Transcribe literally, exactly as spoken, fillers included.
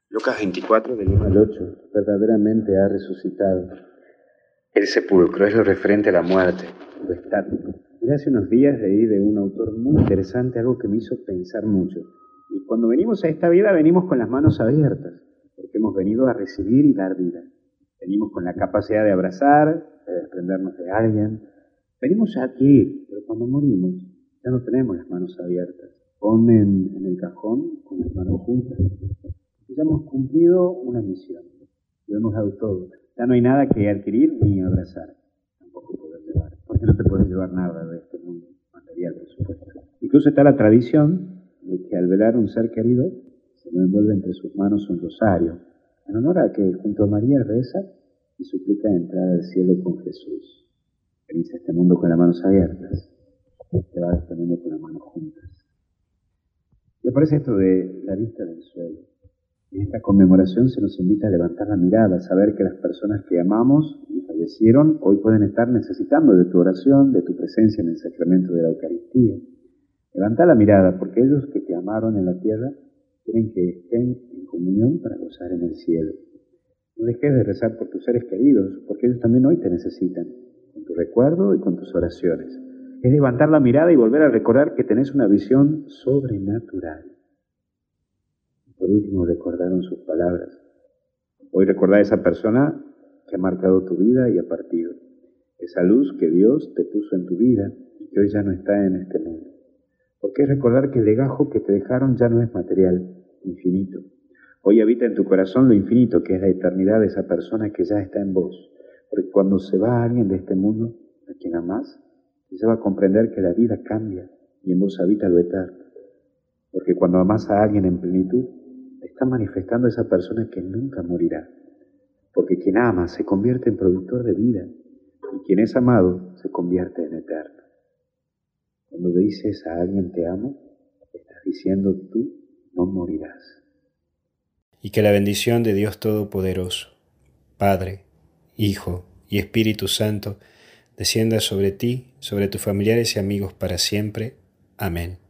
Lucas veinticuatro, del uno al ocho, verdaderamente ha resucitado. El sepulcro es lo referente a la muerte, lo estático. Miré hace unos días leí de un autor muy interesante algo que me hizo pensar mucho. Y cuando venimos a esta vida venimos con las manos abiertas, porque hemos venido a recibir y dar vida. Venimos con la capacidad de abrazar, de desprendernos de alguien. Venimos a adquirir, pero cuando morimos ya no tenemos las manos abiertas. Ponen en el cajón con las manos juntas. Ya hemos cumplido una misión, lo hemos dado todo. Ya no hay nada que adquirir ni abrazar, tampoco poder llevar, porque no te puedes llevar nada de este mundo material, por supuesto. Incluso está la tradición de que al velar a un ser querido se lo envuelve entre sus manos un rosario, en honor a que junto a María reza y suplica entrar al cielo con Jesús. Venís a este mundo con las manos abiertas, te va a este mundo con las manos juntas. Y aparece esto de la vista del suelo. En esta conmemoración se nos invita a levantar la mirada, a saber que las personas que amamos y fallecieron hoy pueden estar necesitando de tu oración, de tu presencia en el sacramento de la Eucaristía. Levanta la mirada, porque ellos que te amaron en la tierra quieren que estén en comunión para gozar en el cielo. No dejes de rezar por tus seres queridos, porque ellos también hoy te necesitan, con tu recuerdo y con tus oraciones. Es levantar la mirada y volver a recordar que tenés una visión sobrenatural. Por último, recordaron sus palabras. Hoy recordá a esa persona que ha marcado tu vida y ha partido. Esa luz que Dios te puso en tu vida y que hoy ya no está en este mundo. Porque es recordar que el legajo que te dejaron ya no es material, infinito. Hoy habita en tu corazón lo infinito, que es la eternidad de esa persona que ya está en vos. Porque cuando se va alguien de este mundo, a quien amás, se va a comprender que la vida cambia y en vos habita lo eterno. Porque cuando amás a alguien en plenitud, está manifestando a esa persona que nunca morirá. Porque quien ama se convierte en productor de vida y quien es amado se convierte en eterno. Cuando dices a alguien te amo, estás diciendo tú no morirás. Y que la bendición de Dios Todopoderoso, Padre, Hijo y Espíritu Santo, descienda sobre ti, sobre tus familiares y amigos para siempre. Amén.